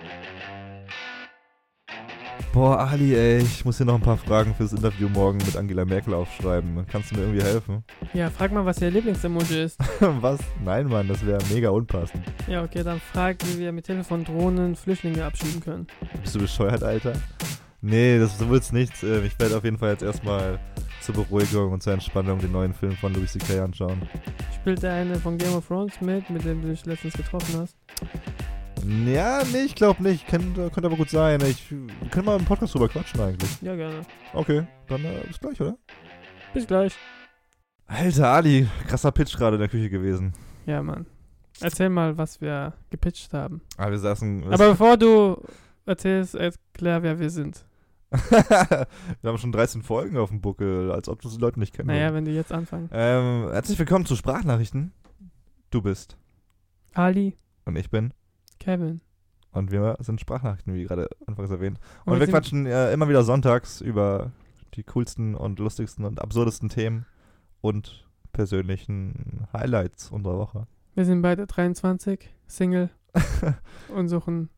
Boah, Ali, ey, ich muss hier noch ein paar Fragen fürs Interview morgen mit Angela Merkel aufschreiben. Kannst du mir irgendwie helfen? Ja, frag mal, was ihr Lieblingsemoji ist. Was? Nein, Mann, das wäre mega unpassend. Ja, okay, dann frag, wie wir mit Hilfe von Drohnen Flüchtlinge abschieben können. Bist du bescheuert, Alter? Nee, so wird's nichts. Ich werde auf jeden Fall jetzt erstmal zur Beruhigung und zur Entspannung den neuen Film von Louis C.K. anschauen. Spielt der eine von Game of Thrones mit dem du dich letztens getroffen hast? Ja, nee, ich glaube nicht. Könnte aber gut sein. Wir können mal im Podcast drüber quatschen eigentlich. Ja, gerne. Okay, dann bis gleich, oder? Bis gleich. Alter, Ali, krasser Pitch gerade in der Küche gewesen. Ja, Mann. Erzähl mal, was wir gepitcht haben. Wir saßen... Aber bevor du erzählst, erklär, wer wir sind. Wir haben schon 13 Folgen auf dem Buckel, als ob du die Leute nicht kennst. Naja, wenn die jetzt anfangen. Herzlich willkommen zu Sprachnachrichten. Du bist. Ali. Und ich bin. Kevin. Und wir sind Sprachnachrichten, wie gerade anfangs erwähnt. Und wir quatschen immer wieder sonntags über die coolsten und lustigsten und absurdesten Themen und persönlichen Highlights unserer Woche. Wir sind beide 23, Single und suchen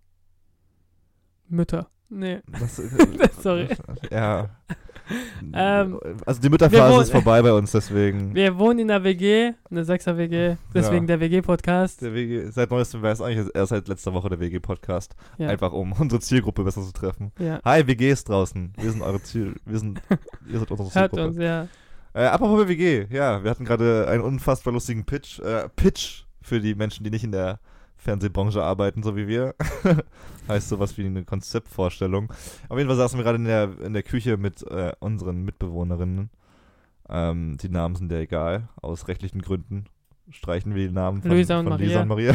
Mütter. Nee. Sorry. Ja. Also die Mütterphase ist vorbei bei uns, deswegen. Wir wohnen in einer WG, eine 6er-WG, deswegen der WG-Podcast. Der WG, seit neuestem wäre es eigentlich erst seit letzter Woche der WG-Podcast. Ja. Einfach um unsere Zielgruppe besser zu treffen. Ja. Hi, WGs draußen. Wir sind eure ihr seid unsere Zielgruppe. Hört uns, ja. Apropos WG, ja, wir hatten gerade einen unfassbar lustigen Pitch für die Menschen, die nicht in der Fernsehbranche arbeiten, so wie wir. Heißt sowas wie eine Konzeptvorstellung. Auf jeden Fall saßen wir gerade in der Küche mit unseren Mitbewohnerinnen. Die Namen sind ja egal. Aus rechtlichen Gründen streichen wir die Namen von Luisa und Maria.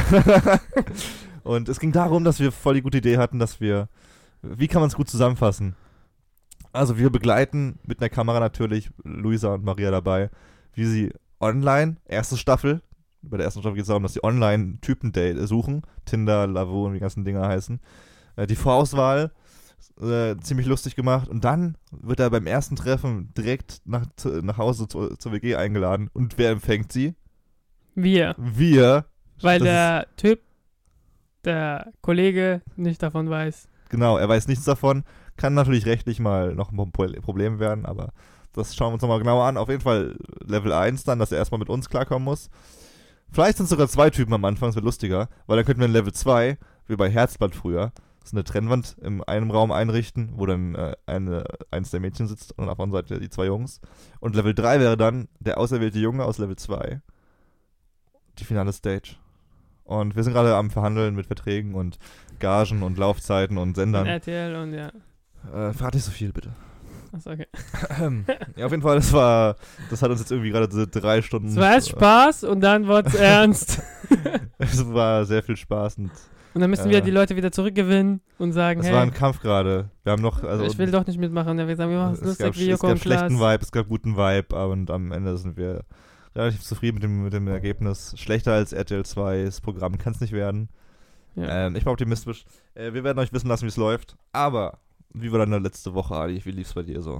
Und es ging darum, dass wir voll die gute Idee hatten, wie kann man es gut zusammenfassen? Also wir begleiten mit einer Kamera natürlich Luisa und Maria dabei, wie sie online, erste Staffel, bei der ersten Staffel geht es darum, dass sie online Typen-Date suchen. Tinder, Lavo und wie die ganzen Dinger heißen. Die Vorauswahl, ziemlich lustig gemacht. Und dann wird er beim ersten Treffen direkt nach Hause zur WG eingeladen. Und wer empfängt sie? Wir. Weil der Typ, der Kollege, nicht davon weiß. Genau, er weiß nichts davon. Kann natürlich rechtlich mal noch ein Problem werden, aber das schauen wir uns nochmal genauer an. Auf jeden Fall Level 1 dann, dass er erstmal mit uns klarkommen muss. Vielleicht sind es sogar 2 Typen am Anfang, das wird lustiger, weil dann könnten wir in Level 2, wie bei Herzblatt früher, so eine Trennwand in einem Raum einrichten, wo dann eins der Mädchen sitzt und auf der anderen Seite die 2 Jungs. Und Level 3 wäre dann der auserwählte Junge aus Level 2. Die finale Stage. Und wir sind gerade am Verhandeln mit Verträgen und Gagen und Laufzeiten und Sendern. Und RTL und ja. Verrat nicht so viel, bitte. Achso, okay. Ja, auf jeden Fall, das hat uns jetzt irgendwie gerade 3 Stunden... Es war erst Spaß und dann wurde es ernst. Es war sehr viel Spaß und dann müssen wir die Leute wieder zurückgewinnen und sagen, es war ein Kampf gerade. Wir haben noch... ich will doch nicht mitmachen. Ja, wir sagen, wir machen es lustig, wie Joko und Klaas. Es gab schlechten Vibe, es gab guten Vibe und am Ende sind wir relativ zufrieden mit dem Ergebnis. Schlechter als RTL 2, das Programm kann es nicht werden. Ja. Ich bin optimistisch. Wir werden euch wissen lassen, wie es läuft. Aber... Wie war deine letzte Woche, Ali? Wie lief's bei dir so?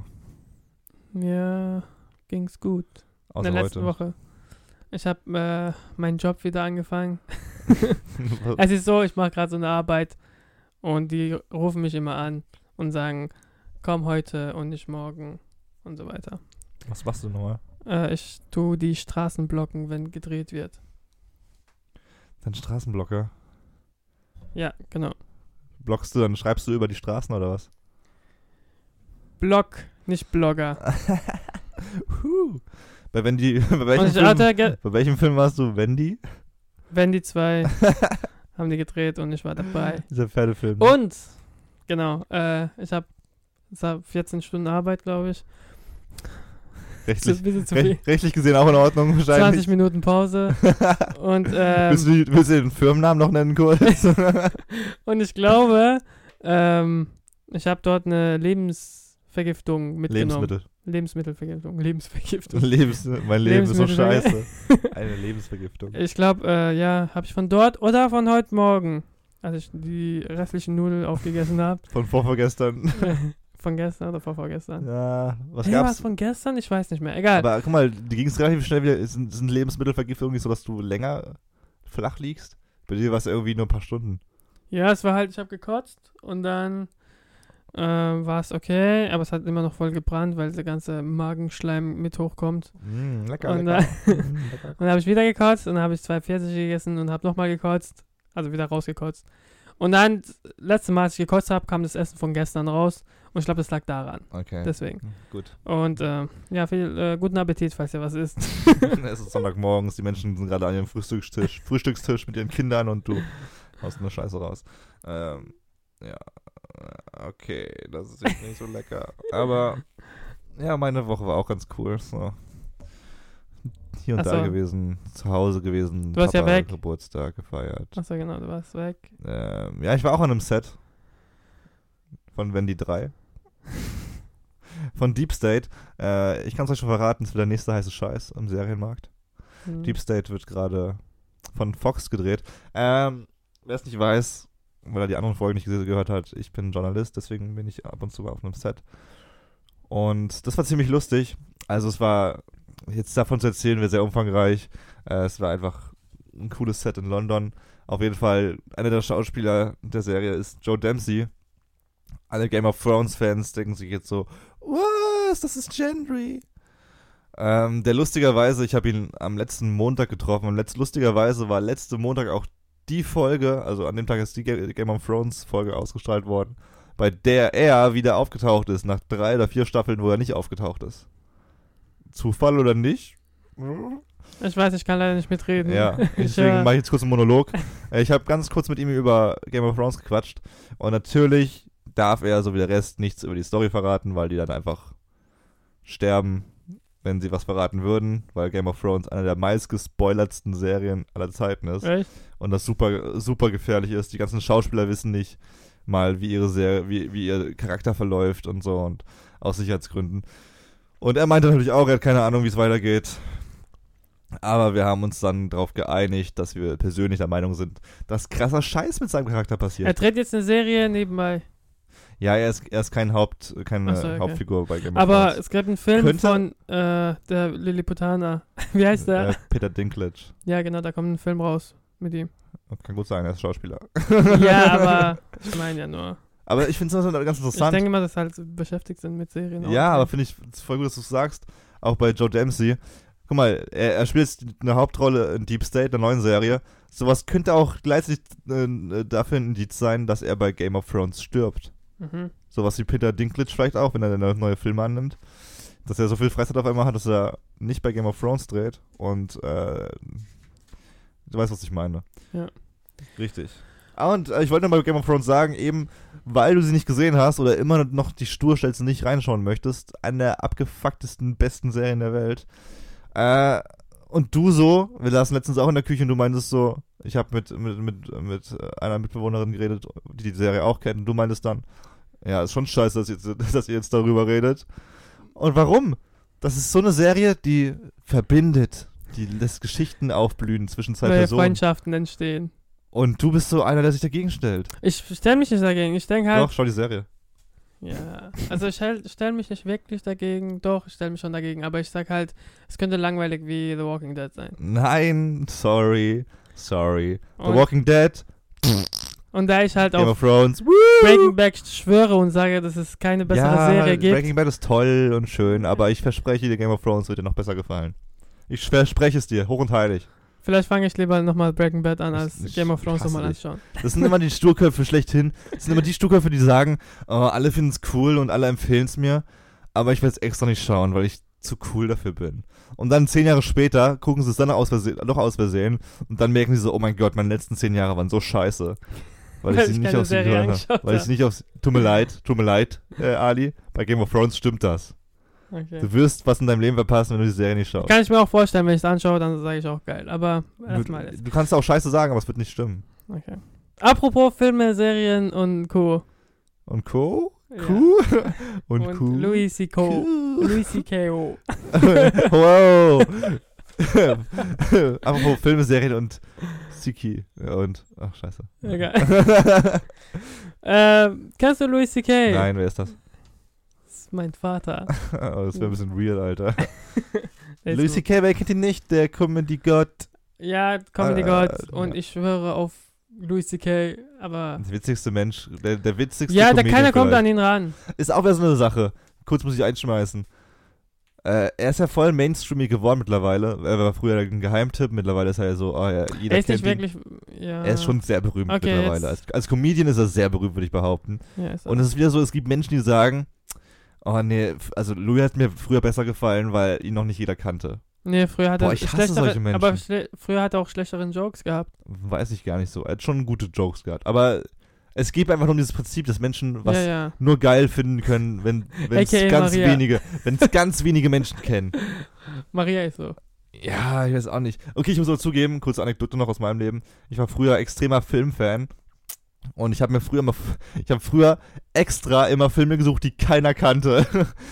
Ja, ging's gut. Außer in der letzten Woche. Ich habe meinen Job wieder angefangen. Es ist so, ich mache gerade so eine Arbeit und die rufen mich immer an und sagen, komm heute und nicht morgen und so weiter. Was machst du nochmal? Ich tue die Straßen blocken, wenn gedreht wird. Dein Straßenblocker? Ja, genau. Blockst du, dann schreibst du über die Straßen oder was? Blog, nicht Blogger. Bei welchem Film warst du? Wendy? Wendy 2 haben die gedreht und ich war dabei. Dieser Pferdefilm. Und, genau, ich habe 14 Stunden Arbeit, glaube ich. Rechtlich gesehen auch in Ordnung wahrscheinlich. 20 Minuten Pause. Und, willst du den Firmennamen noch nennen kurz? Und ich glaube, ich habe dort eine Lebensvergiftung mitgenommen. Lebensmittelvergiftung. Mein Leben ist so scheiße. Eine Lebensvergiftung. Ich glaube, habe ich von dort oder von heute Morgen, als ich die restlichen Nudeln aufgegessen habe. Von vorvorgestern. Von gestern oder vorvorgestern? Ja, was gab's? Was von gestern? Ich weiß nicht mehr. Egal. Aber guck mal, die ging es relativ schnell wieder. Sind Lebensmittelvergiftungen nicht so, dass du länger flach liegst? Bei dir war es irgendwie nur ein paar Stunden. Ja, es war halt, ich habe gekotzt und dann war es okay, aber es hat immer noch voll gebrannt, weil der ganze Magenschleim mit hochkommt. Lecker, Und lecker. Und dann habe ich wieder gekotzt und dann habe ich 2 Pfirsiche gegessen und habe nochmal gekotzt, also wieder rausgekotzt. Und dann, letzte Mal, als ich gekotzt habe, kam das Essen von gestern raus und ich glaube, das lag daran. Okay. Deswegen. Gut. Und ja, viel guten Appetit, falls ihr was isst. Es ist Sonntagmorgens, die Menschen sind gerade an ihrem Frühstückstisch mit ihren Kindern und du haust eine Scheiße raus. Ja, okay, das ist jetzt nicht so lecker. Aber ja, meine Woche war auch ganz cool. So. Hier und da gewesen, zu Hause gewesen. Du warst ja weg. Geburtstag gefeiert. Achso, genau, du warst weg. Ja, ich war auch an einem Set von Wendy 3. Von Deep State. Ich kann es euch schon verraten, es wird der nächste heiße Scheiß am Serienmarkt. Deep State wird gerade von Fox gedreht. Wer es nicht weiß, weil er die anderen Folgen nicht gehört hat, ich bin Journalist, deswegen bin ich ab und zu mal auf einem Set. Und das war ziemlich lustig. Also es war, jetzt davon zu erzählen, wäre sehr umfangreich. Es war einfach ein cooles Set in London. Auf jeden Fall, einer der Schauspieler der Serie ist Joe Dempsey. Alle Game of Thrones Fans denken sich jetzt so, was, das ist Gendry. Der lustigerweise, ich habe ihn am letzten Montag getroffen und lustigerweise war letzte Montag auch die Folge, also an dem Tag ist die Game of Thrones Folge ausgestrahlt worden, bei der er wieder aufgetaucht ist, nach 3 oder 4 Staffeln, wo er nicht aufgetaucht ist. Zufall oder nicht? Ich weiß, ich kann leider nicht mitreden. Ja, deswegen mache ich jetzt kurz einen Monolog. Ich habe ganz kurz mit ihm über Game of Thrones gequatscht und natürlich darf er, so wie der Rest, nichts über die Story verraten, weil die dann einfach sterben, wenn sie was verraten würden, weil Game of Thrones einer der meistgespoilertsten Serien aller Zeiten ist. Echt? Und das super, super gefährlich ist. Die ganzen Schauspieler wissen nicht mal, wie ihre Serie, wie ihr Charakter verläuft und so, und aus Sicherheitsgründen. Und er meinte natürlich auch, er hat keine Ahnung, wie es weitergeht. Aber wir haben uns dann darauf geeinigt, dass wir persönlich der Meinung sind, dass krasser Scheiß mit seinem Charakter passiert. Er dreht jetzt eine Serie nebenbei. Ja, er ist keine Hauptfigur bei Game of Thrones. Aber es gibt einen Film von der Lilliputaner. Wie heißt der? Peter Dinklage. Ja, genau, da kommt ein Film raus mit ihm. Kann gut sein, er ist Schauspieler. Ja, aber ich meine ja nur. Aber ich finde es ganz interessant. Ich denke mal, dass halt beschäftigt sind mit Serien. Ja, aber finde ich voll gut, dass du es sagst. Auch bei Joe Dempsey. Guck mal, er spielt jetzt eine Hauptrolle in Deep State, der neuen Serie. Sowas könnte auch gleichzeitig dafür ein Indiz sein, dass er bei Game of Thrones stirbt. Mhm. Sowas wie Peter Dinklage vielleicht auch, wenn er eine neue Filme annimmt. Dass er so viel Freizeit auf einmal hat, dass er nicht bei Game of Thrones dreht. Und du weißt, was ich meine. Ja. Richtig. Und ich wollte noch bei Game of Thrones sagen, eben, weil du sie nicht gesehen hast oder immer noch die stur stellst und nicht reinschauen möchtest, eine der abgefucktesten, besten Serien der Welt. Und du so, wir saßen letztens auch in der Küche und du meintest so, ich habe mit einer Mitbewohnerin geredet, die Serie auch kennt, und du meintest dann, ja, ist schon scheiße, dass ihr jetzt darüber redet. Und warum? Das ist so eine Serie, die verbindet, die lässt Geschichten aufblühen zwischen zwei Personen. Freundschaften entstehen. Und du bist so einer, der sich dagegen stellt. Ich stelle mich nicht dagegen, ich denke halt... Doch, schau die Serie. Ja, also ich stelle mich nicht wirklich dagegen, doch, ich stelle mich schon dagegen, aber ich sag halt, es könnte langweilig wie The Walking Dead sein. Nein, sorry. The Walking Dead. Und da ich halt Game auf of Thrones. Breaking Bad schwöre und sage, dass es keine bessere Serie gibt. Breaking Bad ist toll und schön, aber ich verspreche dir, Game of Thrones wird dir noch besser gefallen. Ich verspreche es dir, hoch und heilig. Vielleicht fange ich lieber nochmal Breaking Bad an, als Game of Thrones nochmal anschauen. Das sind immer die Sturköpfe schlechthin. Das sind immer die Sturköpfe, die sagen, alle finden es cool und alle empfehlen es mir, aber ich will es extra nicht schauen, weil ich zu cool dafür bin. Und dann 10 Jahre später gucken sie es dann aus Versehen und dann merken sie so, oh mein Gott, meine letzten 10 Jahre waren so scheiße. Weil ich sie nicht auf sie gehört habe. Weil ich nicht auf... Tut mir leid, Ali. Bei Game of Thrones stimmt das. Okay. Du wirst was in deinem Leben verpassen, wenn du die Serie nicht schaust. Kann ich mir auch vorstellen, wenn ich es anschaue, dann sage ich auch geil. Aber erstmal jetzt. Du kannst auch Scheiße sagen, aber es wird nicht stimmen. Okay. Apropos Filme, Serien und Co. Und Co? Ja. Kuh? Und Kuh? Louis C.K. Louis C.K.O. Wow. Apropos Filme, Serien und Siki. Und, ach scheiße. Egal. Kennst du Louis C.K.? Nein, wer ist das? Das ist mein Vater. Oh, das wäre ein bisschen real, Alter. Louis C.K., wer kennt ihn nicht? Der Comedy-Gott. Ja, Comedy-Gott. Und ich schwöre auf Louis C.K., aber... Der witzigste Mensch, der witzigste Ja, Comedian keiner kommt vielleicht. an ihn ran. Ist auch wieder so eine Sache. Kurz muss ich einschmeißen. Er ist ja voll mainstreamig geworden mittlerweile. Er war früher ein Geheimtipp, mittlerweile ist er ja so, jeder Er ist kennt nicht ihn. wirklich... Ja. Er ist schon sehr berühmt Okay, mittlerweile. Als Comedian ist er sehr berühmt, würde ich behaupten. Ja, ist Und es ist wieder so, es gibt Menschen, die sagen, oh nee, also Louis hat mir früher besser gefallen, weil ihn noch nicht jeder kannte. Nee, früher hat Boah, er ich hasse solche Menschen. aber früher hat er auch schlechtere Jokes gehabt. Weiß ich gar nicht so. Er hat schon gute Jokes gehabt. Aber es geht einfach nur um dieses Prinzip, dass Menschen was Ja. nur geil finden können, wenn es AKA Maria. ganz wenige Menschen kennen. Maria ist so. Ja, ich weiß auch nicht. Okay, ich muss aber zugeben, kurze Anekdote noch aus meinem Leben. Ich war früher extremer Filmfan und ich habe früher extra immer Filme gesucht, die keiner kannte,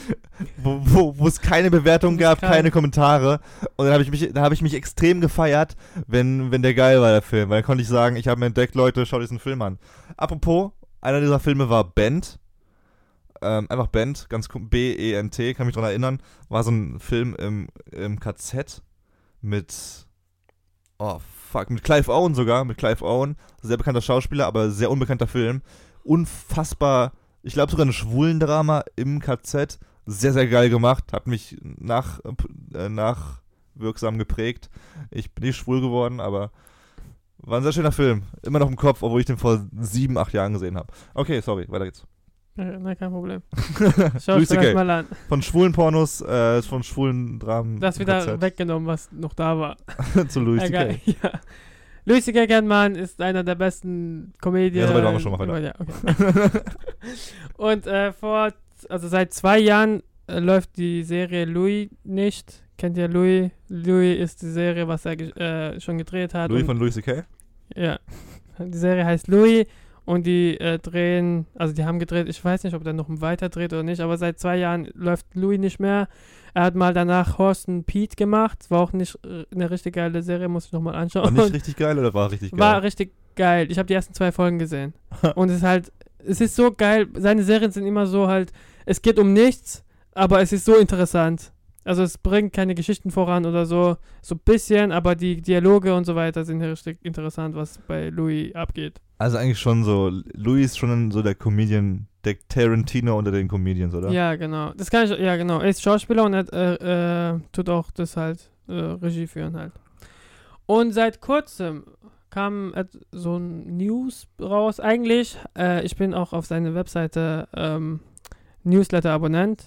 wo es keine Bewertung gab, keine Kommentare. Und dann habe ich mich extrem gefeiert, wenn der geil war, der Film. Weil dann konnte ich sagen, ich habe mir entdeckt, Leute, schaut diesen Film an. Apropos, einer dieser Filme war Bent. Einfach Bent, ganz B-E-N-T, kann mich dran erinnern. War so ein Film im KZ mit mit Clive Owen sogar, sehr bekannter Schauspieler, aber sehr unbekannter Film. Unfassbar, ich glaube sogar ein Schwulendrama im KZ, sehr, sehr geil gemacht, hat mich nachwirksam geprägt. Ich bin nicht schwul geworden, aber war ein sehr schöner Film, immer noch im Kopf, obwohl ich den vor 7, 8 Jahren gesehen habe. Okay, sorry, weiter geht's. Na, kein Problem. Schau es dir mal an. Von schwulen Pornos, von schwulen Dramen. Das wieder weggenommen, was noch da war. Zu Louis C.K. Ja. Louis C.K. kennt man, ist einer der besten Comedians. Ja, so weit waren wir schon mal weiter. Ja, okay. Und seit 2 Jahren läuft die Serie Louis nicht. Kennt ihr Louis? Louis ist die Serie, was er schon gedreht hat. Louis von Louis C.K.? Ja. Die Serie heißt Louis. Und die die haben gedreht, ich weiß nicht, ob der noch weiter dreht oder nicht, aber seit 2 Jahren läuft Louis nicht mehr. Er hat mal danach Horst und Pete gemacht, war auch nicht eine richtig geile Serie, muss ich nochmal anschauen. War nicht richtig geil oder war richtig geil? War richtig geil, ich habe die ersten 2 Folgen gesehen. Und es ist so geil, seine Serien sind immer so halt, es geht um nichts, aber es ist so interessant. Also es bringt keine Geschichten voran oder so ein bisschen, aber die Dialoge und so weiter sind richtig interessant, was bei Louis abgeht. Also eigentlich schon so, Louis ist schon so der Comedian, der Tarantino unter den Comedians, oder? Ja, genau. Er ist Schauspieler und er tut auch das halt, Regie führen halt. Und seit kurzem kam so ein News raus. Eigentlich, ich bin auch auf seine Webseite Newsletter-Abonnent.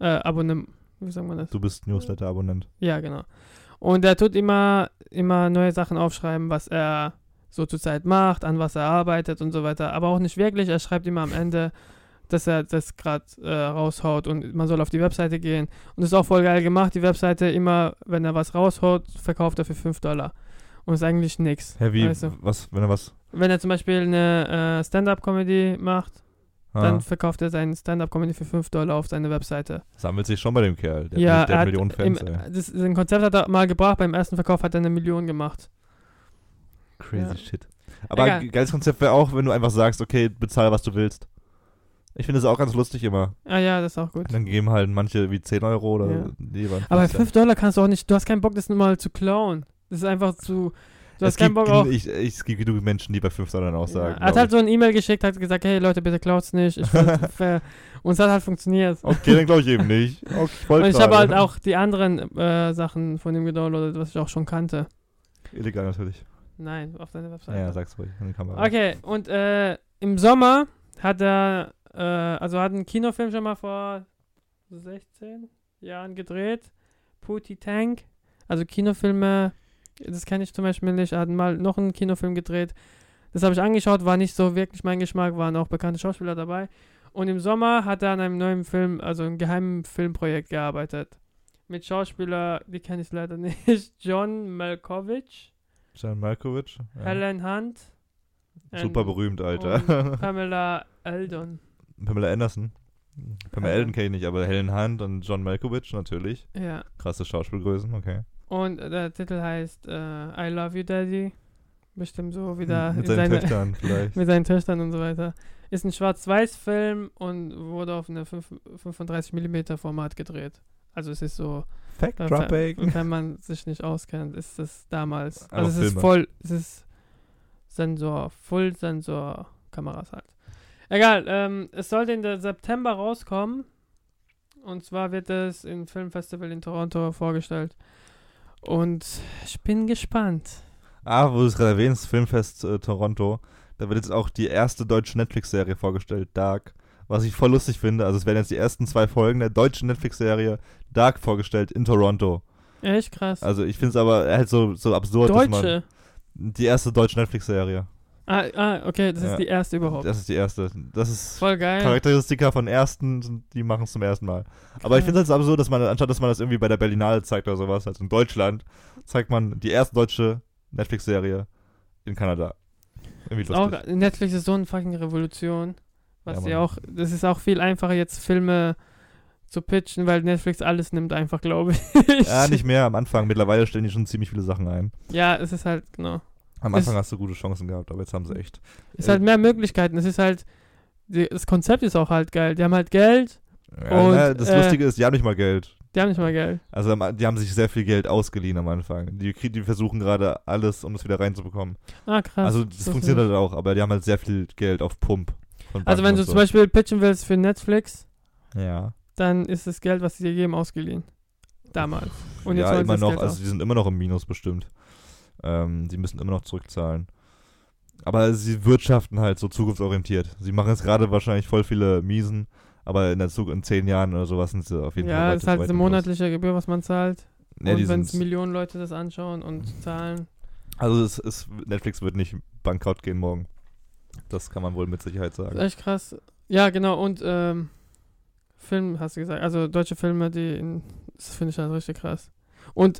Wie sagt man das? Du bist Newsletter-Abonnent. Ja, genau. Und er tut immer neue Sachen aufschreiben, was er so zurzeit macht, an was er arbeitet und so weiter. Aber auch nicht wirklich. Er schreibt immer am Ende, dass er das gerade raushaut und man soll auf die Webseite gehen. Und das ist auch voll geil gemacht. Die Webseite immer, wenn er was raushaut, verkauft er für $5. Und ist eigentlich nix. Hä, wie? Weißt du? Was, wenn er was? Wenn er zum Beispiel eine Stand-Up-Comedy macht, dann verkauft er seinen Stand-Up-Comedy für $5 auf seine Webseite. Sammelt sich schon bei dem Kerl. Der hat Millionen Fans, ein Konzept hat er mal gebracht, beim ersten Verkauf hat er 1 Million gemacht. Crazy shit. Aber ein geiles Konzept wäre auch, wenn du einfach sagst, okay, bezahl, was du willst. Ich finde das auch ganz lustig immer. Ah ja, das ist auch gut. Dann geben halt manche wie 10 Euro oder aber $5 kannst du auch nicht, du hast keinen Bock, das nur mal zu klauen. Das ist einfach zu... Du hast keinen Bock auch... Es gibt genug Menschen, die bei $5 dann auch sagen. Er hat halt so ein E-Mail geschickt, hat gesagt, hey Leute, bitte klaut's nicht. Und es hat halt funktioniert. Okay, dann glaube ich eben nicht. Okay, und ich habe halt auch die anderen Sachen von ihm gedownloadet, was ich auch schon kannte. Illegal natürlich. Nein, auf seiner Webseite. Ja, sag's ruhig an die Kamera. Okay, und im Sommer hat er, hat einen Kinofilm schon mal vor 16 Jahren gedreht. Pootie Tang. Also Kinofilme, das kenne ich zum Beispiel nicht. Er hat mal noch einen Kinofilm gedreht. Das habe ich angeschaut, war nicht so wirklich mein Geschmack, waren auch bekannte Schauspieler dabei. Und im Sommer hat er an einem neuen Film, also einem geheimen Filmprojekt gearbeitet. Mit Schauspielern, die kenne ich leider nicht. John Malkovich. John Malkovich. Ja. Helen Hunt. Super berühmt, Alter. Pamela Eldon. Pamela Anderson. Pamela Eldon kenne ich nicht, aber Helen Hunt und John Malkovich natürlich. Ja. Krasse Schauspielgrößen, okay. Und der Titel heißt I Love You Daddy. Bestimmt so wieder mit seinen Töchtern vielleicht. Mit seinen Töchtern und so weiter. Ist ein Schwarz-Weiß-Film und wurde auf eine 35mm Format gedreht. Also es ist so... Fact-Dropping. Wenn man sich nicht auskennt, ist das damals... Also es ist voll... Es ist Sensor, Full-Sensor-Kameras halt. Egal, es sollte in der September rauskommen. Und zwar wird es im Filmfestival in Toronto vorgestellt. Und ich bin gespannt. Wo du es gerade erwähnst, Filmfest Toronto, da wird jetzt auch die erste deutsche Netflix-Serie vorgestellt, Dark. Was ich voll lustig finde, also es werden jetzt die ersten 2 Folgen der deutschen Netflix-Serie Dark vorgestellt in Toronto. Echt krass. Also ich finde es aber halt so absurd, Deutsche? dass man... Die erste deutsche Netflix-Serie. Okay, das ist die erste überhaupt. Das ist die erste. Das ist voll geil. Charakteristika von ersten, die machen es zum ersten Mal. Aber ich finde es halt absurd, dass man, anstatt dass man das irgendwie bei der Berlinale zeigt oder sowas, also in Deutschland, zeigt man die erste deutsche Netflix-Serie in Kanada. Irgendwie lustig. Auch, Netflix ist so eine fucking Revolution. Ja, Das ist auch viel einfacher, jetzt Filme zu pitchen, weil Netflix alles nimmt einfach, glaube ich. Ja, nicht mehr am Anfang. Mittlerweile stellen die schon ziemlich viele Sachen ein. Ja, es ist halt, genau. Am Anfang hast du gute Chancen gehabt, aber jetzt haben sie echt... Es ist halt mehr Möglichkeiten. Es ist halt, das Konzept ist auch halt geil. Die haben halt Geld. Ja, das Lustige ist, die haben nicht mal Geld. Die haben nicht mal Geld. Also die haben sich sehr viel Geld ausgeliehen am Anfang. Die versuchen gerade alles, um das wieder reinzubekommen. Ah, krass. Also das funktioniert halt auch, aber die haben halt sehr viel Geld auf Pump. Also wenn du zum Beispiel pitchen willst für Netflix, ja, dann ist das Geld, was sie dir geben, ausgeliehen. Damals. Und jetzt ja, immer noch, Geld also die sind immer noch im Minus bestimmt. Die müssen immer noch zurückzahlen. Aber sie wirtschaften halt so zukunftsorientiert. Sie machen jetzt gerade wahrscheinlich voll viele Miesen, aber in 10 Jahren oder sowas sind sie auf jeden Fall. Ja, das ist halt eine monatliche Gebühr, was man zahlt. Ja, und wenn es Millionen Leute das anschauen und zahlen. Also Netflix wird nicht bankrott gehen morgen. Das kann man wohl mit Sicherheit sagen. Das ist echt krass. Ja, genau. Und Film, hast du gesagt. Also deutsche Filme, das finde ich halt richtig krass. Und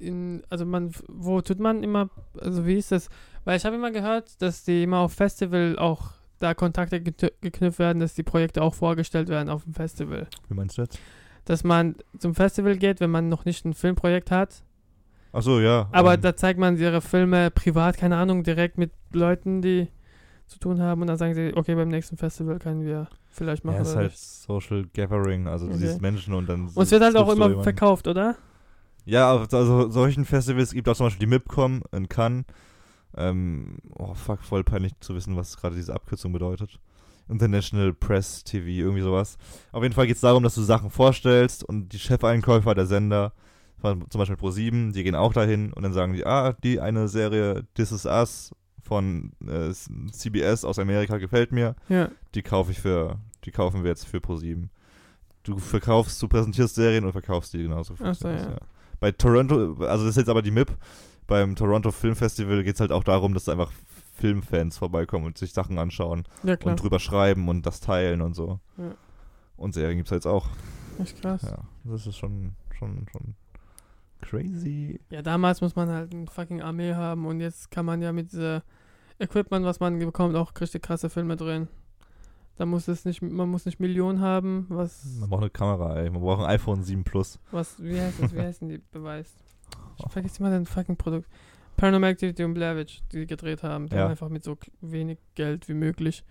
wo tut man immer, also wie ist das? Weil ich habe immer gehört, dass die immer auf Festival auch da Kontakte geknüpft werden, dass die Projekte auch vorgestellt werden auf dem Festival. Wie meinst du das? Dass man zum Festival geht, wenn man noch nicht ein Filmprojekt hat. Ach so, ja. Aber da zeigt man ihre Filme privat, keine Ahnung, direkt mit Leuten, die zu tun haben. Und dann sagen sie, okay, beim nächsten Festival können wir vielleicht machen. Ja, es ist halt Social Gathering, also du siehst Menschen und dann... Und es wird halt auch immer verkauft, oder? Ja, also solchen Festivals gibt auch zum Beispiel die MIPCOM in Cannes. Voll peinlich zu wissen, was gerade diese Abkürzung bedeutet. International Press TV, irgendwie sowas. Auf jeden Fall geht es darum, dass du Sachen vorstellst und die Chefeinkäufer der Sender, zum Beispiel Pro7, die gehen auch dahin und dann sagen die, die eine Serie This Is Us von CBS aus Amerika gefällt mir, ja. Die kaufen wir jetzt für Pro7. Du präsentierst Serien und verkaufst die genauso. Achso, ja. Bei Toronto, also das ist jetzt aber die MIP, beim Toronto Film Festival geht es halt auch darum, dass einfach Filmfans vorbeikommen und sich Sachen anschauen und drüber schreiben und das teilen und so. Ja. Und Serien gibt es jetzt auch. Echt krass. Ja, das ist schon crazy. Ja, damals muss man halt eine fucking Armee haben und jetzt kann man ja mit diesem Equipment, was man bekommt, auch richtig krasse Filme drehen. Man muss nicht Millionen haben, Man braucht eine Kamera, ey. Man braucht ein iPhone 7 Plus. Wie heißt denn die Beweis? Ich vergesse immer den fucking Produkt. Paranormal Activity und Blair Witch, die gedreht haben. Die haben einfach mit so wenig Geld wie möglich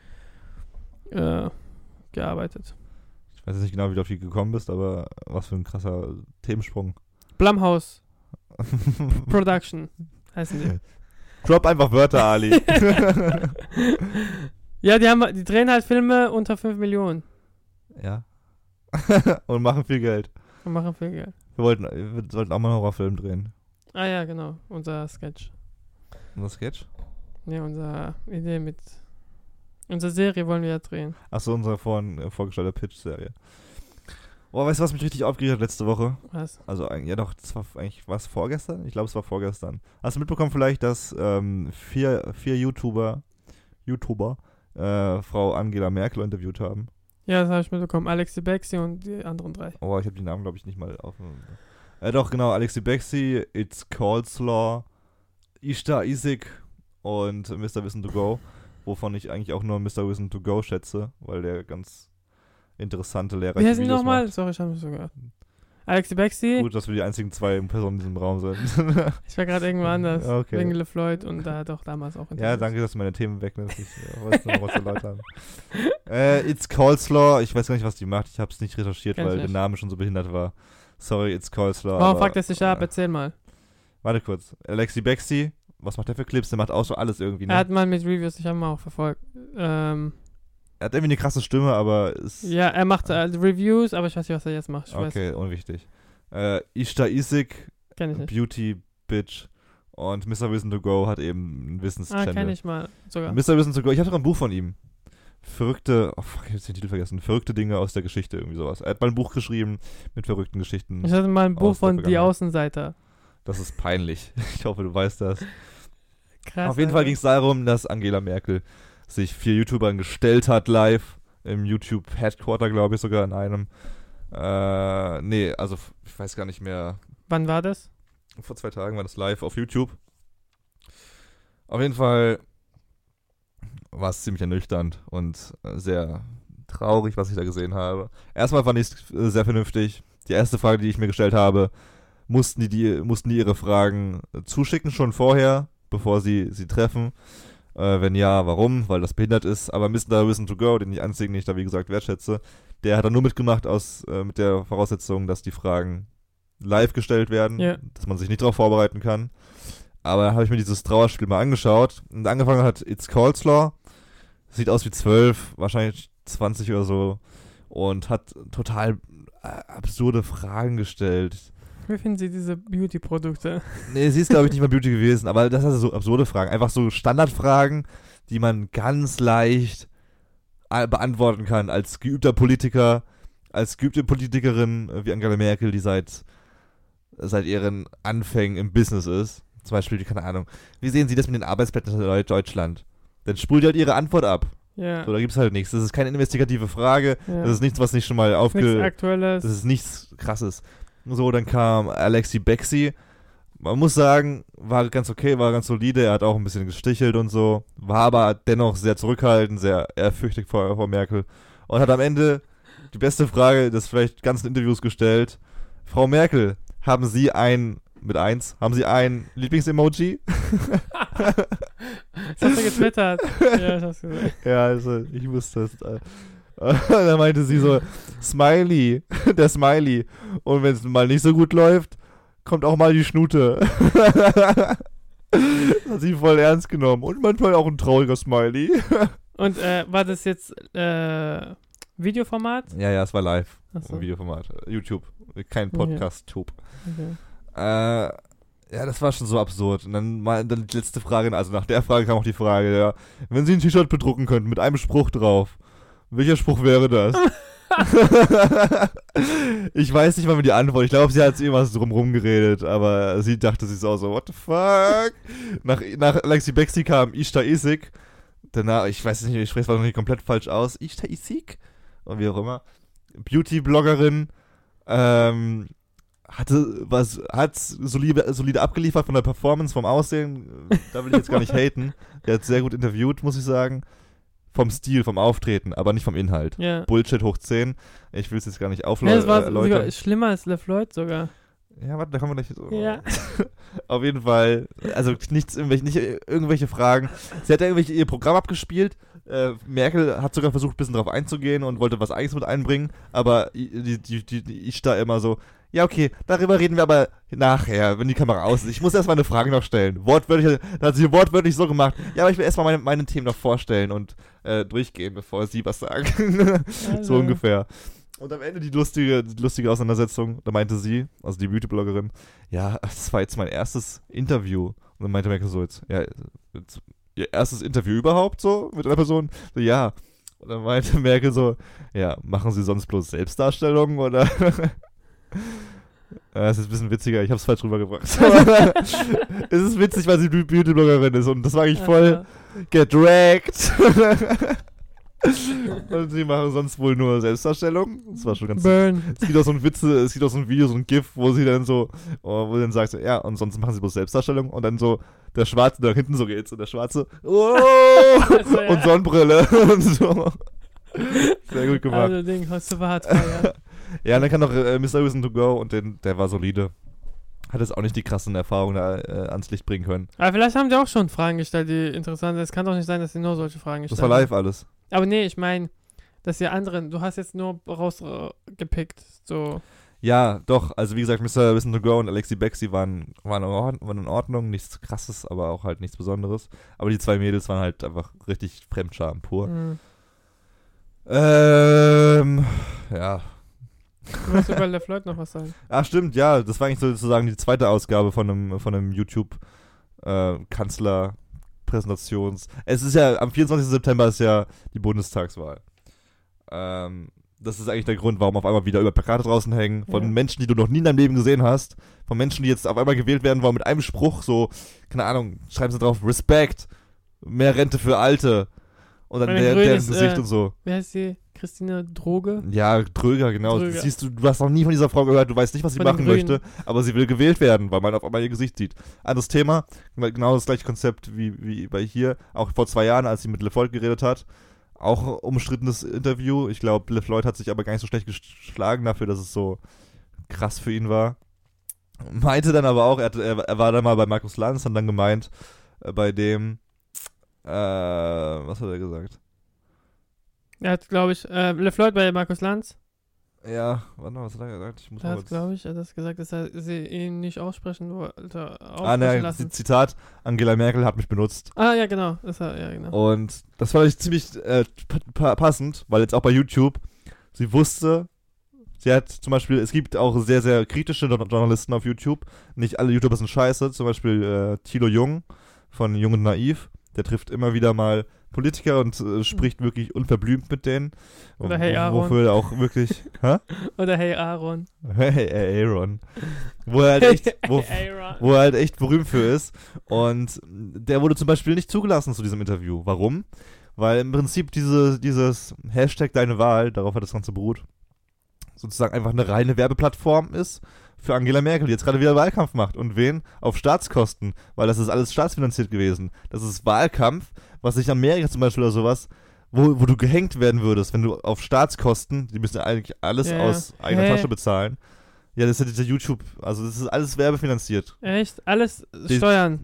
gearbeitet. Ich weiß jetzt nicht genau, wie du auf die gekommen bist, aber was für ein krasser Themensprung. Blumhouse Production heißen die. Drop einfach Wörter, Ali. Ja, die drehen halt Filme unter 5 Millionen. Ja. Und machen viel Geld. Wir sollten auch mal einen Horrorfilm drehen. Ah ja, genau. Unser Sketch. Unser Sketch? Ja, unsere Idee mit... Unsere Serie wollen wir ja drehen. Achso, unsere vorgestellte Pitch-Serie. Oh, weißt du, was mich richtig aufgeregt hat letzte Woche? Was? Also, ja doch, das war eigentlich, was vorgestern? Ich glaube, es war vorgestern. Hast du mitbekommen vielleicht, dass 4 YouTuber Frau Angela Merkel interviewt haben? Ja, das habe ich mitbekommen. Alexi Bexi und die anderen 3. Oh, ich habe die Namen, glaube ich, nicht mal auf. Doch, genau. Alexi Bexi, It's Coleslaw, Ishtar Isik und Mr. Wissen to Go, wovon ich eigentlich auch nur Mr. Wissen to Go schätze, weil der ganz interessante lehrreiche Wie heißen die Videos nochmal? macht. Sorry, ich habe nicht so gehört. Alexi Bexi. Gut, dass wir die einzigen 2 Personen in diesem Raum sind. Ich war gerade irgendwo anders. Okay. Wegen LeFloid und da hat auch damals auch Ja, danke, dass du meine Themen wegnimmst. Ich wollte noch was erläutern. It's Coleslaw. Ich weiß gar nicht, was die macht. Ich habe es nicht recherchiert, weil der Name schon so behindert war. Sorry, It's Coleslaw. Warum fuckt es sich ab? Erzähl mal. Warte kurz. Alexi Bexi was macht der für Clips? Der macht auch so alles irgendwie, ne? Er hat mal mit Reviews, ich habe ihn auch verfolgt. Er hat irgendwie eine krasse Stimme, aber ist... Ja, er macht Reviews, aber ich weiß nicht, was er jetzt macht. Okay, unwichtig. Ishta Isik, Kenn ich nicht. Beauty Bitch und Mr. Wissen to Go hat eben einen Wissenschannel. Kenn ich mal sogar. Mr. Wissen to Go, ich habe sogar ein Buch von ihm. Verrückte, ich habe jetzt den Titel vergessen, verrückte Dinge aus der Geschichte, irgendwie sowas. Er hat mal ein Buch geschrieben mit verrückten Geschichten. Ich hatte mal ein Buch von Die Vergangenheit. Außenseiter. Das ist peinlich. Ich hoffe, du weißt das. Krass. Auf jeden Fall ging es darum, dass Angela Merkel sich 4 YouTubern gestellt hat live im YouTube-Headquarter, glaube ich, sogar in einem. Also ich weiß gar nicht mehr. Wann war das? Vor 2 Tagen war das live auf YouTube. Auf jeden Fall war es ziemlich ernüchternd und sehr traurig, was ich da gesehen habe. Erstmal fand ich es sehr vernünftig. Die erste Frage, die ich mir gestellt habe, mussten die ihre Fragen zuschicken schon vorher, bevor sie treffen. Wenn ja, warum? Weil das behindert ist. Aber Mr. Wissen to Go, den einzigen, den ich da wie gesagt wertschätze, der hat dann nur mitgemacht mit der Voraussetzung, dass die Fragen live gestellt werden, dass man sich nicht darauf vorbereiten kann. Aber da habe ich mir dieses Trauerspiel mal angeschaut und angefangen hat It's Coleslaw. Sieht aus wie 12, wahrscheinlich 20 oder so und hat total absurde Fragen gestellt. Wie finden Sie diese Beauty-Produkte? Nee, sie ist, glaube ich, nicht mal Beauty gewesen, aber das sind so absurde Fragen. Einfach so Standardfragen, die man ganz leicht beantworten kann als geübter Politiker, als geübte Politikerin wie Angela Merkel, die seit ihren Anfängen im Business ist. Zum Beispiel, keine Ahnung, wie sehen Sie das mit den Arbeitsplätzen in Deutschland? Dann spult halt ihre Antwort ab. Ja. So, da gibt's halt nichts. Das ist keine investigative Frage. Ja. Das ist nichts, was nicht schon mal Nichts Aktuelles. Das ist nichts Krasses. So, dann kam Alexi Bexi. Man muss sagen, war ganz okay, war ganz solide. Er hat auch ein bisschen gestichelt und so. War aber dennoch sehr zurückhaltend, sehr ehrfürchtig vor Merkel. Und hat am Ende die beste Frage des vielleicht ganzen Interviews gestellt. Frau Merkel, haben Sie ein Lieblingsemoji? Das hast du getwittert. Ja, ich hab's gesehen. Ja, also ich wusste das. Dann meinte sie so, Smiley, der Smiley. Und wenn es mal nicht so gut läuft, kommt auch mal die Schnute. Das hat sie voll ernst genommen. Und manchmal auch ein trauriger Smiley. Und war das jetzt Videoformat? Ja, es war live. Achso. Videoformat. YouTube. Kein Podcast-Tube. Okay. Ja, das war schon so absurd. Und dann die letzte Frage, also nach der Frage kam auch die Frage, ja, wenn Sie ein T-Shirt bedrucken könnten mit einem Spruch drauf, welcher Spruch wäre das? Ich weiß nicht mal mehr die Antwort. Ich glaube, sie hat irgendwas drumherum geredet, aber sie dachte sich auch so, what the fuck? Nach Alexi Bexi kam Ishta Isik. Danach, ich weiß nicht, ich spreche es wahrscheinlich komplett falsch aus. Ishta Isik? Und wie auch immer. Beauty-Bloggerin. Hat solide abgeliefert von der Performance, vom Aussehen. Da will ich jetzt gar nicht haten. Der hat sehr gut interviewt, muss ich sagen. Vom Stil, vom Auftreten, aber nicht vom Inhalt. Ja. Bullshit hoch 10. Ich will es jetzt gar nicht Ja, das war sogar erläutern. schlimmer als LeFloid sogar. Ja, warte, da kommen wir gleich so. Ja. Auf jeden Fall, also nicht irgendwelche Fragen. Sie hat ja ihr Programm abgespielt. Merkel hat sogar versucht, ein bisschen drauf einzugehen und wollte was Eigenes mit einbringen, aber ich da immer so, ja, okay, darüber reden wir aber nachher, wenn die Kamera aus ist. Ich muss erstmal eine Frage noch stellen. Da hat sie wortwörtlich so gemacht. Ja, aber ich will erstmal meine Themen noch vorstellen und durchgehen, bevor sie was sagen. So ungefähr. Und am Ende die lustige Auseinandersetzung, da meinte sie, also die Beauty-Bloggerin, ja, das war jetzt mein erstes Interview. Und dann meinte Merkel so jetzt ihr erstes Interview überhaupt so mit einer Person? So, ja. Und dann meinte Merkel so, ja, machen Sie sonst bloß Selbstdarstellungen oder? Es ist ein bisschen witziger, ich hab's falsch rübergebracht. Es ist witzig, weil sie Beauty-Bloggerin ist und das war eigentlich voll gedragt. Und sie machen sonst wohl nur Selbstdarstellung. Das war schon ganz. Burn. Es gibt auch so ein Video, so ein GIF, wo sie dann so, wo dann sagt, ja, und sonst machen sie bloß Selbstdarstellung und dann so der Schwarze, da hinten so geht's und der Schwarze, oh, Also, ja. und Sonnenbrille und so. Sehr gut gemacht. Also Ding, hast du Hardfire. Ja, und dann kann noch Mr. Wissen to Go und der war solide. Hat jetzt auch nicht die krassen Erfahrungen da ans Licht bringen können. Aber vielleicht haben die auch schon Fragen gestellt, die interessant sind. Es kann doch nicht sein, dass sie nur solche Fragen gestellt Das war live alles. Aber nee, ich meine, dass die anderen, du hast jetzt nur rausgepickt, so. Ja, doch. Also wie gesagt, Mr. To Go und Alexi Bexi waren in Ordnung. Nichts Krasses, aber auch halt nichts Besonderes. Aber die 2 Mädels waren halt einfach richtig Fremdscham pur. Mhm. Ja. Du wolltest über LeFloid noch was sagen. Ah, stimmt, ja. Das war eigentlich sozusagen die zweite Ausgabe von einem YouTube Kanzler-Präsentations. Es ist ja, am 24. September ist ja die Bundestagswahl. Das ist eigentlich der Grund, warum auf einmal wieder über Plakate draußen hängen, von Menschen, die du noch nie in deinem Leben gesehen hast, von Menschen, die jetzt auf einmal gewählt werden wollen mit einem Spruch, so, keine Ahnung, schreiben sie drauf, Respekt, mehr Rente für Alte und dann deren Gesicht und so. Wie heißt sie? Christine Droge? Ja, Dröger, genau. Dröger. Siehst du hast noch nie von dieser Frau gehört, du weißt nicht, was sie machen möchte, aber sie will gewählt werden, weil man auf einmal ihr Gesicht sieht. Anderes Thema, genau das gleiche Konzept wie bei hier, auch vor 2 Jahren, als sie mit LeFloid geredet hat. Auch umstrittenes Interview. Ich glaube, LeFloid hat sich aber gar nicht so schlecht geschlagen dafür, dass es so krass für ihn war. Meinte dann aber auch, er war dann mal bei Markus Lanz und dann gemeint, bei dem, was hat er gesagt? Er hat, glaube ich, LeFloid bei Markus Lanz. Ja, warte mal, was hat er gesagt? Er hat, glaube ich, gesagt, dass sie ihn nicht aussprechen wollte. Zitat, Angela Merkel hat mich benutzt. Ah, ja, genau. Genau. Und das fand ich ziemlich passend, weil jetzt auch bei YouTube, sie wusste, sie hat zum Beispiel, es gibt auch sehr, sehr kritische Journalisten auf YouTube. Nicht alle YouTuber sind scheiße. Zum Beispiel Thilo Jung von Jung und Naiv. Der trifft immer wieder mal Politiker und spricht wirklich unverblümt mit denen. Oder Hey Aaron. Wofür er auch wirklich... Oder Hey Aaron. Hey Aaron. Wo er halt echt berühmt für ist. Und der wurde zum Beispiel nicht zugelassen zu diesem Interview. Warum? Weil im Prinzip dieses Hashtag Deine Wahl, darauf hat das Ganze beruht, sozusagen einfach eine reine Werbeplattform ist für Angela Merkel, die jetzt gerade wieder Wahlkampf macht. Und wen? Auf Staatskosten, weil das ist alles staatsfinanziert gewesen. Das ist Wahlkampf, was sich in Amerika zum Beispiel oder sowas, wo du gehängt werden würdest, wenn du auf Staatskosten, die müssen ja eigentlich alles aus eigener Tasche bezahlen. Ja, das ist ja dieser YouTube, also das ist alles werbefinanziert. Echt? Alles Steuern?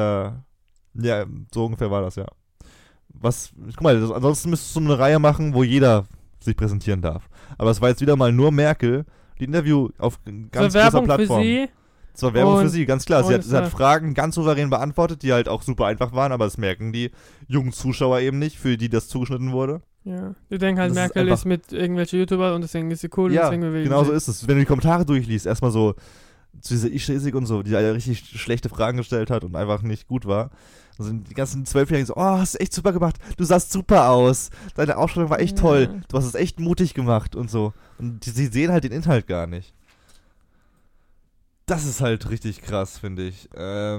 Ja, so ungefähr war das, ja. Guck mal, ansonsten müsstest du so eine Reihe machen, wo jeder sich präsentieren darf. Aber es war jetzt wieder mal nur Merkel, die Interview auf ganz großer Plattform. Für sie. Das war Werbung für sie, ganz klar. Sie hat Fragen ganz souverän beantwortet, die halt auch super einfach waren, aber das merken die jungen Zuschauer eben nicht, für die das zugeschnitten wurde. Ja, die denken halt, Merkel ist mit irgendwelchen YouTubern und deswegen ist sie cool. Ja, und deswegen genau so ist es. Wenn du die Kommentare durchliest, erstmal so zu dieser Ischesig und so, die ja richtig schlechte Fragen gestellt hat und einfach nicht gut war. Also die ganzen 12-Jährigen so, oh, hast du echt super gemacht, du sahst super aus, deine Ausstellung war echt toll, du hast es echt mutig gemacht und so. Und sie sehen halt den Inhalt gar nicht. Das ist halt richtig krass, finde ich.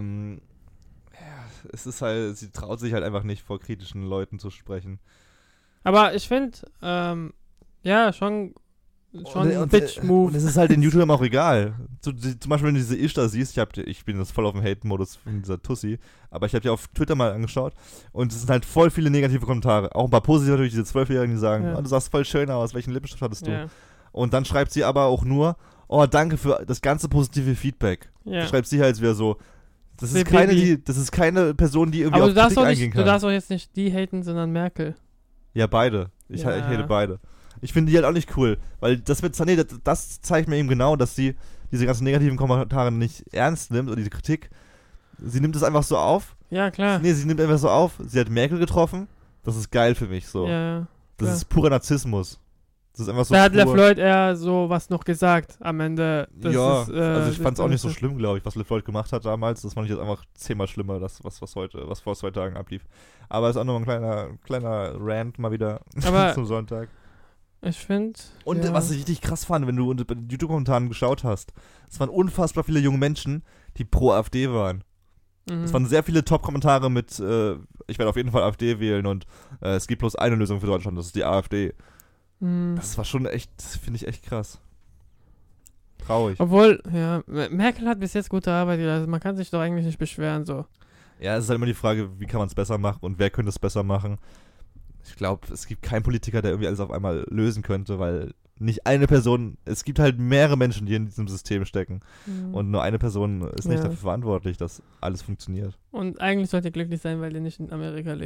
Es ist halt, sie traut sich halt einfach nicht, vor kritischen Leuten zu sprechen. Aber ich finde, schon ein Bitch-Move. Und es ist halt den YouTubern auch egal. Zum Beispiel, wenn du diese Ishtar siehst, ich bin jetzt voll auf dem Hate-Modus von dieser Tussi, aber ich habe die auf Twitter mal angeschaut und es sind halt voll viele negative Kommentare. Auch ein paar positive natürlich, diese 12-Jährigen, die sagen, du sahst voll schön aus, welchen Lippenstift hattest du? Ja. Und dann schreibt sie aber auch nur, oh, danke für das ganze positive Feedback. Ja. Schreibt sie halt wieder so, das ist keine Person, die irgendwie aber auf Kritik eingehen kann. Du darfst auch jetzt nicht die haten, sondern Merkel. Ja, beide. Ich hate beide. Ich finde die halt auch nicht cool, weil das zeigt mir eben genau, dass sie diese ganzen negativen Kommentare nicht ernst nimmt oder diese Kritik. Sie nimmt es einfach so auf. Ja, klar. Nee, sie nimmt einfach so auf. Sie hat Merkel getroffen. Das ist geil für mich so. Ja, das ist purer Narzissmus. Das ist einfach so. Da hat LeFloid eher so was noch gesagt am Ende. Also ich fand es auch nicht so schlimm, glaube ich, was LeFloid gemacht hat damals. Das fand ich jetzt einfach 10-mal schlimmer, was vor 2 Tagen ablief. Aber ist auch noch ein kleiner Rant mal wieder zum Sonntag. Ich finde. Und was ich richtig krass fand, wenn du bei den YouTube-Kommentaren geschaut hast, es waren unfassbar viele junge Menschen, die pro AfD waren. Es waren sehr viele Top-Kommentare mit, ich werde auf jeden Fall AfD wählen und es gibt bloß eine Lösung für Deutschland, das ist die AfD. Das war schon echt, finde ich echt krass. Traurig. Obwohl, Merkel hat bis jetzt gute Arbeit geleistet, also man kann sich doch eigentlich nicht beschweren, so. Ja, es ist halt immer die Frage, wie kann man es besser machen und wer könnte es besser machen. Ich glaube, es gibt keinen Politiker, der irgendwie alles auf einmal lösen könnte, weil nicht eine Person, es gibt halt mehrere Menschen, die in diesem System stecken. Und nur eine Person ist nicht dafür verantwortlich, dass alles funktioniert. Und eigentlich sollte ihr glücklich sein, weil ihr nicht in Amerika lebt.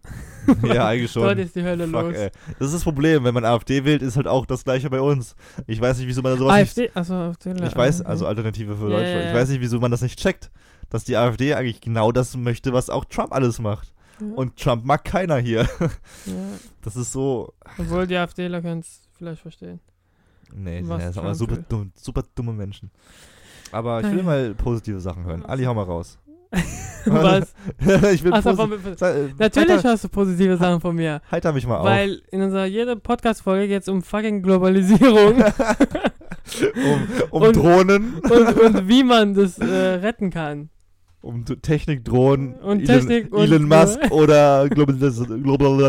Ja, eigentlich schon. Dort ist die Hölle Fuck, los. ey. Das ist das Problem, wenn man AfD wählt, ist halt auch das Gleiche bei uns. Ich weiß nicht, wieso man sowas AfD? Achso, AfD. nicht... Ich weiß, also Alternative für Ja, Deutschland. ja. Ich weiß nicht, wieso man das nicht checkt, dass die AfD eigentlich genau das möchte, was auch Trump alles macht. Ja. Und Trump mag keiner hier. Ja. Das ist so... Obwohl die AfDler können es vielleicht verstehen. Nee, Was das sind aber Trump super dumme Menschen. Aber ich Ah, will ja. mal positive Sachen hören. Ali, hau mal raus. Was? Ich will Achso, natürlich hast du positive Sachen von mir. Heiter mich mal auf. Weil in unserer jeder Podcast-Folge geht es um fucking Globalisierung um Und- Drohnen, und wie man das retten kann. um Technik, Drohnen, Und Elon, Technik und- Elon Musk oder Globalisation.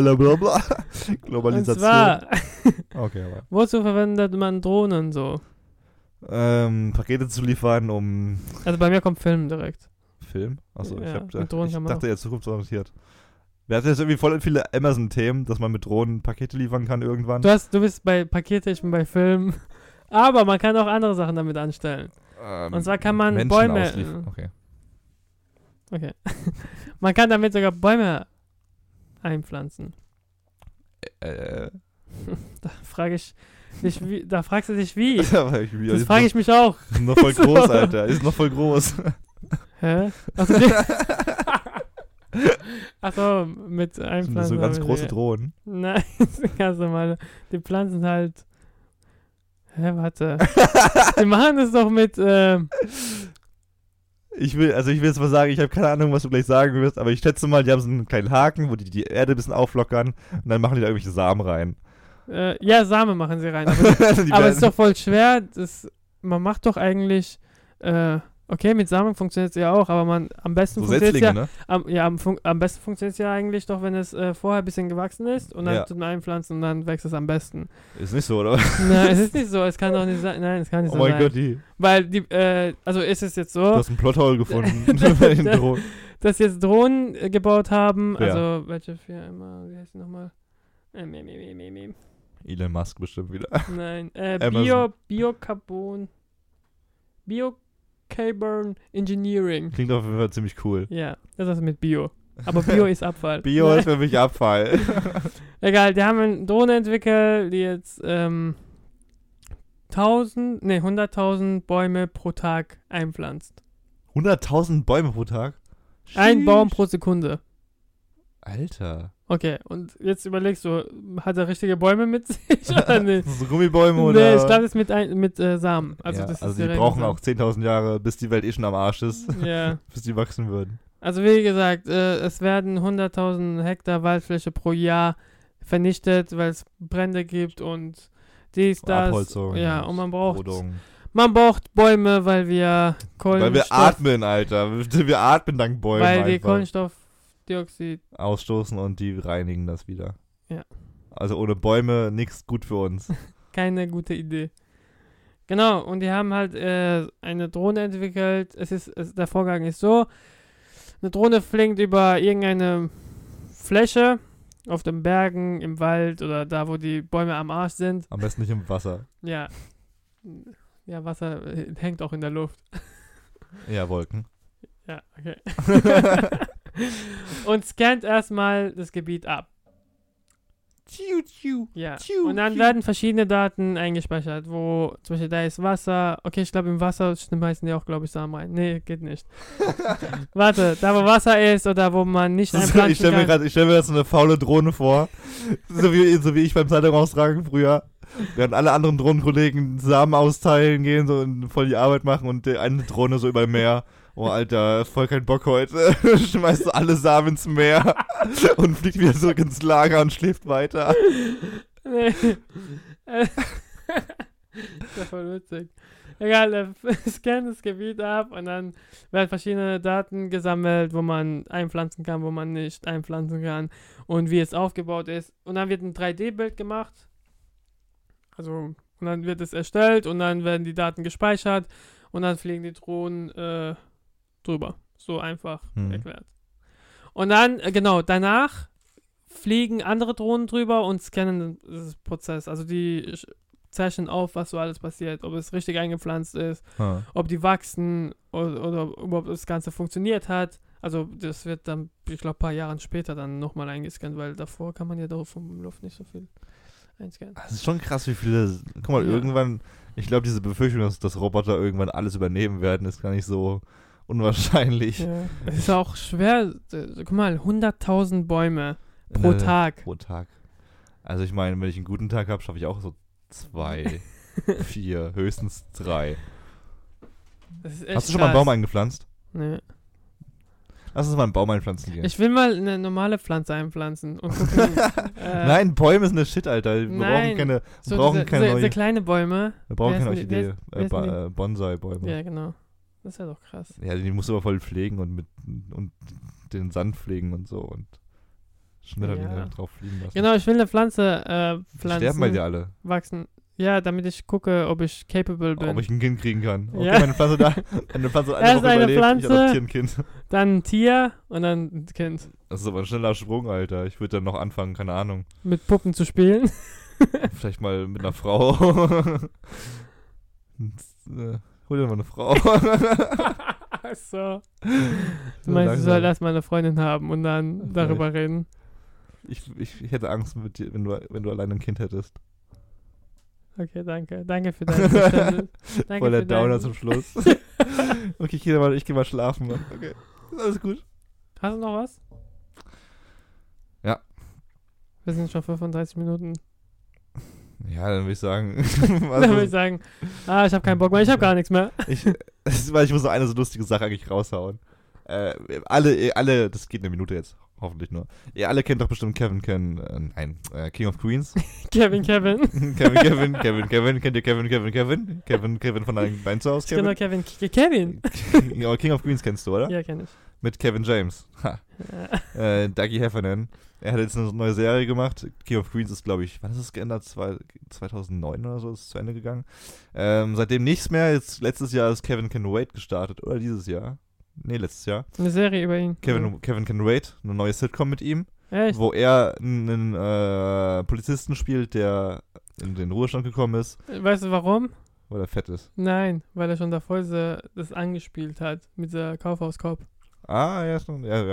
Und zwar, Okay, aber. wozu verwendet man Drohnen so? Pakete zu liefern, um Also bei mir kommt Film direkt. Film. Achso, Ja, ich mit Drohnen kann man dachte, er ist zukunftsorientiert. Wir hatten jetzt irgendwie voll viele Amazon-Themen, dass man mit Drohnen Pakete liefern kann irgendwann. Du bist bei Pakete, ich bin bei Film. Aber man kann auch andere Sachen damit anstellen. Und zwar kann man Menschen Bäume... ausliefern. Okay. Man kann damit sogar Bäume einpflanzen. Da frage ich dich, wie, da fragst du dich wie. Das frage ich mich auch. Ist noch voll groß, Alter. Ist noch voll groß. Hä? Achso, mit Das einpflanzen. sind so ganz aber große nee. Drohnen. Nein, ganz normal. Die Pflanzen halt. Hä, warte. Die machen das doch mit. Ich will jetzt mal sagen, ich habe keine Ahnung, was du gleich sagen wirst, aber ich schätze mal, die haben so einen kleinen Haken, wo die Erde ein bisschen auflockern und dann machen die da irgendwelche Samen rein. Ja, Samen machen sie rein. Aber, aber es ist doch voll schwer. Man macht doch eigentlich. Okay, mit Samen funktioniert es ja auch, aber am besten so funktioniert es ja. Setzlinge, ne? Am besten funktioniert es ja eigentlich doch, wenn es vorher ein bisschen gewachsen ist und dann Ja. tut man einpflanzen und dann wächst es am besten. Ist nicht so, oder? Nein, es ist nicht so. Es kann doch nicht sein. Nein, es kann nicht Oh so sein. mein Gott, Weil also ist es jetzt du so, hast ein Plothole gefunden bei den Drohnen. dass jetzt Drohnen gebaut haben. Wer? Also, welche Firma? Wie heißt die nochmal? Elon Musk bestimmt wieder. Nein, Amazon. Biocarbon. Biocarbon Engineering. Klingt auf jeden Fall ziemlich cool. Ja, das ist mit Bio. Aber Bio ist Abfall. Bio ist für mich Abfall. Egal, die haben eine Drohne entwickelt, die jetzt 100.000 Bäume pro Tag einpflanzt. 100.000 Bäume pro Tag? Ein Sheesh. Baum pro Sekunde. Alter. Okay, und jetzt überlegst du, hat er richtige Bäume mit sich oder nicht? So Gummibäume Nee, oder? ich glaube, das ist mit Samen. Also, Ja, das ist also die direkt brauchen Samen. auch 10.000 Jahre, bis die Welt schon am Arsch ist. Ja. Bis die wachsen würden. Also wie gesagt, es werden 100.000 Hektar Waldfläche pro Jahr vernichtet, weil es Brände gibt und dies, das. Abholzung. Ja, und man braucht Rodung. Bäume, weil wir Kohlenstoff... Weil wir atmen, Alter. Wir atmen dank Bäumen Weil wir einfach. Kohlenstoffdioxid... Ausstoßen und die reinigen das wieder. Ja. Also ohne Bäume nichts gut für uns. Keine gute Idee. Genau, und die haben halt eine Drohne entwickelt. Der Vorgang ist so, eine Drohne fliegt über irgendeine Fläche auf den Bergen, im Wald oder da, wo die Bäume am Arsch sind. Am besten nicht im Wasser. Ja. Ja, Wasser hängt auch in der Luft. Ja, Wolken. Ja, okay. Und scannt erstmal das Gebiet ab. Ja. Und dann werden verschiedene Daten eingespeichert, wo zum Beispiel da ist Wasser. Okay, ich glaube im Wasser schmeißen die auch, glaube ich, Samen rein. Nee, geht nicht. Warte, da wo Wasser ist oder wo man nicht einpflanzen Ich stelle mir kann. gerade so eine faule Drohne vor. so wie ich beim Zeitung austragen früher. Während alle anderen Drohnenkollegen Samen austeilen gehen so und voll die Arbeit machen und die eine Drohne so über Meer. Oh, Alter, voll kein Bock heute. Schmeißt so alle Samen ins Meer und fliegt wieder zurück ins Lager und schläft weiter. Nee. Das ist voll witzig. Egal, er scannt das Gebiet ab und dann werden verschiedene Daten gesammelt, wo man einpflanzen kann, wo man nicht einpflanzen kann und wie es aufgebaut ist. Und dann wird ein 3D-Bild gemacht. Also, und dann wird es erstellt und dann werden die Daten gespeichert und dann fliegen die Drohnen drüber. So einfach erklärt. Und dann, genau, danach fliegen andere Drohnen drüber und scannen das Prozess. Also die zeichnen auf, was so alles passiert. Ob es richtig eingepflanzt ist, ob die wachsen oder überhaupt das Ganze funktioniert hat. Also das wird dann, ich glaube, ein paar Jahre später dann nochmal eingescannt, weil davor kann man ja doch vom Luft nicht so viel einscannen. Das ist schon krass, wie viele. Guck mal, irgendwann, ich glaube, diese Befürchtung, dass Roboter irgendwann alles übernehmen werden, ist gar nicht so unwahrscheinlich. Ja. Es ist auch schwer, guck mal, 100.000 Bäume pro Tag. Pro Tag. Also ich meine, wenn ich einen guten Tag habe, schaffe ich auch so 2, 4, höchstens 3. Das ist echt Hast du schon mal einen Baum eingepflanzt? Nee. Lass uns mal einen Baum einpflanzen gehen. Ich will mal eine normale Pflanze einpflanzen und gucken. Nein, Bäume sind eine Shit, Alter. Wir brauchen keine, diese kleine Bäume. Wir brauchen keine Orchidee. Bonsai-Bäume. Ja, genau. Das wäre doch krass. Ja, die musst du aber voll pflegen und den Sand pflegen und so und Schmetterlinge drauf fliegen lassen. Genau, ich will eine Pflanze pflanzen. Sterben bei dir alle. Wachsen. Ja, damit ich gucke, ob ich capable bin. Ob ich ein Kind kriegen kann. Okay, ja. Meine Pflanze da. Eine Pflanze eine Woche überlebt, Pflanze, ich adoptiere ein Kind. Dann ein Tier und dann ein Kind. Das ist aber ein schneller Sprung, Alter. Ich würde dann noch anfangen, keine Ahnung. Mit Puppen zu spielen. Vielleicht mal mit einer Frau. Hol dir mal eine Frau. Ach so. Du meinst, du sollst erstmal eine Freundin haben und dann darüber reden. Ich hätte Angst mit dir, wenn du alleine ein Kind hättest. Okay, danke. Danke für deine Verständnis. Voll der Downer zum Schluss. Okay, ich geh mal schlafen, Mann. Okay, ist alles gut. Hast du noch was? Ja. Wir sind schon 35 Minuten. Ja, dann würde ich sagen. Dann würde ich sagen, ich habe keinen Bock mehr, ich habe gar nichts mehr. Ich muss noch eine so lustige Sache eigentlich raushauen. Alle, das geht eine Minute jetzt, hoffentlich nur. Ihr alle kennt doch bestimmt King of Queens. Kevin. Kevin. Kennt ihr Kevin von deinem Bein zu Hause? Ich kenne Kevin. Ja, King of Queens kennst du, oder? Ja, kenne ich. Mit Kevin James. Dougie Heffernan. Er hat jetzt eine neue Serie gemacht. King of Queens ist, glaube ich, wann ist es geändert? 2009 oder so ist es zu Ende gegangen. Seitdem nichts mehr. Jetzt letztes Jahr ist Kevin Can Wait gestartet. Oder dieses Jahr? Nee, letztes Jahr. Eine Serie über ihn. Kevin Can Wait. Eine neue Sitcom mit ihm. Echt? Wo er einen Polizisten spielt, der in den Ruhestand gekommen ist. Weißt du warum? Weil er fett ist. Nein, weil er schon davor das angespielt hat. Mit der Kaufhauskorb. Ah, ja.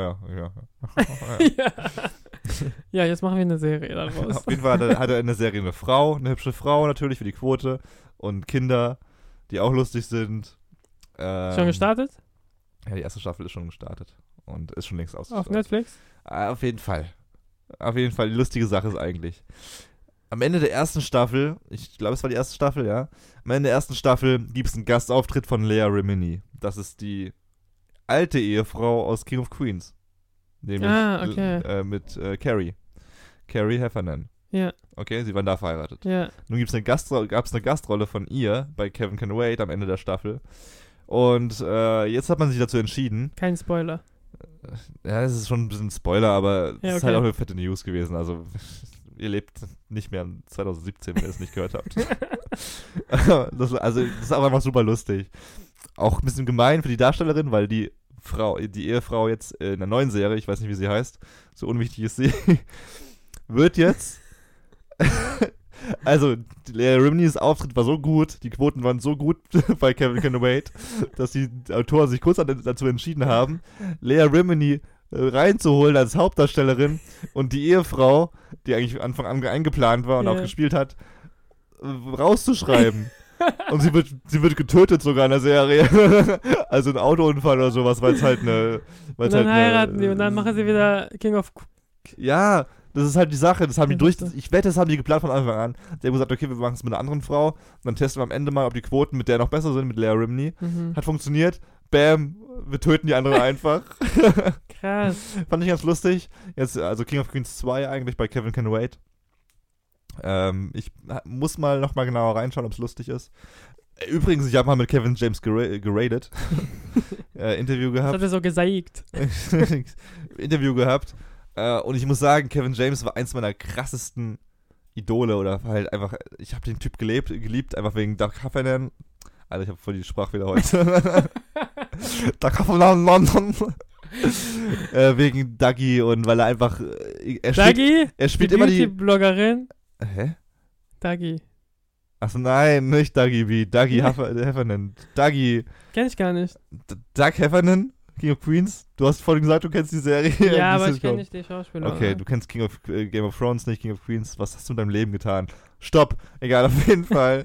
Ja, jetzt machen wir eine Serie daraus. Auf jeden Fall hat er in der Serie eine hübsche Frau natürlich für die Quote und Kinder, die auch lustig sind. Schon gestartet? Ja, die erste Staffel ist schon gestartet und ist schon längst ausgestrahlt. Auf Netflix? Auf jeden Fall. Auf jeden Fall, die lustige Sache ist eigentlich, am Ende der ersten Staffel, ich glaube, es war die erste Staffel, ja, am Ende der ersten Staffel gibt es einen Gastauftritt von Leah Remini. Das ist die alte Ehefrau aus King of Queens. Nämlich mit Carrie. Carrie Heffernan. Ja. Okay, sie waren da verheiratet. Ja. Nun gab es eine Gastrolle von ihr bei Kevin Can Wait am Ende der Staffel. Und jetzt hat man sich dazu entschieden. Kein Spoiler. Ja, es ist schon ein bisschen Spoiler, aber es ja, ist halt auch eine fette News gewesen. Also, ihr lebt nicht mehr in 2017, wenn ihr es nicht gehört habt. Das ist auch einfach super lustig. Auch ein bisschen gemein für die Darstellerin, weil die Ehefrau jetzt in der neuen Serie, ich weiß nicht, wie sie heißt, so unwichtig ist sie, wird jetzt also Leah Remini's Auftritt war so gut, die Quoten waren so gut bei Kevin Can Wait, dass die Autoren sich kurz dazu entschieden haben, Leah Remini reinzuholen als Hauptdarstellerin und die Ehefrau, die eigentlich von Anfang an eingeplant war und auch gespielt hat, rauszuschreiben. Und sie wird getötet sogar in der Serie. Also ein Autounfall oder sowas, weil es halt eine... Und dann heiraten die und dann machen sie wieder King of... Ja, das ist halt die Sache. Ich wette, das haben die geplant von Anfang an. Die haben gesagt, okay, wir machen es mit einer anderen Frau. Und dann testen wir am Ende mal, ob die Quoten mit der noch besser sind, mit Leah Remini. Hat funktioniert. Bam, wir töten die andere einfach. Krass. Fand ich ganz lustig. Jetzt, also King of Queens 2 eigentlich bei Kevin Can Wait. Ich muss mal nochmal genauer reinschauen, ob es lustig ist. Übrigens, ich habe mal mit Kevin James geradet. Interview gehabt. Das hat er so gezeigt. Interview gehabt. Und ich muss sagen, Kevin James war eins meiner krassesten Idole oder halt einfach, ich habe den Typ geliebt, einfach wegen Doug Heffernan. Alter, ich habe voll die Sprachfehler heute. Doug Heffernan. Wegen Dougie und weil er einfach, er spielt immer die Bloggerin. Hä? Dougie. Achso, nein, nicht Dougie B. Dougie Heffernan. Dougie. Kenn ich gar nicht. Doug Heffernan? King of Queens? Du hast vorhin gesagt, du kennst die Serie. Ja, aber ich kenne nicht die Schauspieler. Okay, du kennst Game of Thrones nicht, King of Queens. Was hast du in deinem Leben getan? Stopp. Egal, auf jeden Fall.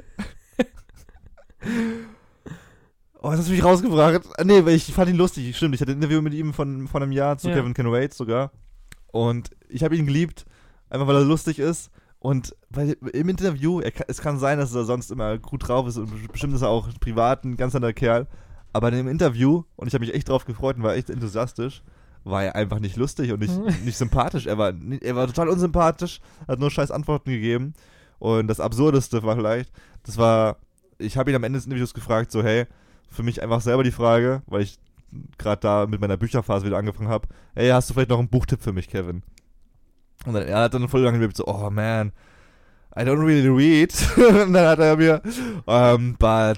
Oh, das hast du mich rausgebracht. Nee, weil ich fand ihn lustig. Stimmt, ich hatte ein Interview mit ihm von einem Jahr zu Kevin Can Wait sogar. Und ich habe ihn geliebt, einfach weil er lustig ist. Und weil im Interview, es kann sein, dass er sonst immer gut drauf ist und bestimmt ist er auch privat ein ganz anderer Kerl. Aber in dem Interview, und ich habe mich echt drauf gefreut und war echt enthusiastisch, war er einfach nicht lustig und nicht sympathisch. Er war total unsympathisch, hat nur scheiß Antworten gegeben. Und das Absurdeste war vielleicht, ich habe ihn am Ende des Interviews gefragt, so hey, für mich einfach selber die Frage, weil ich gerade da mit meiner Bücherphase wieder angefangen habe, hey, hast du vielleicht noch einen Buchtipp für mich, Kevin? Und er hat dann voll lange geredet, so, oh man, I don't really read. Und dann hat er mir, but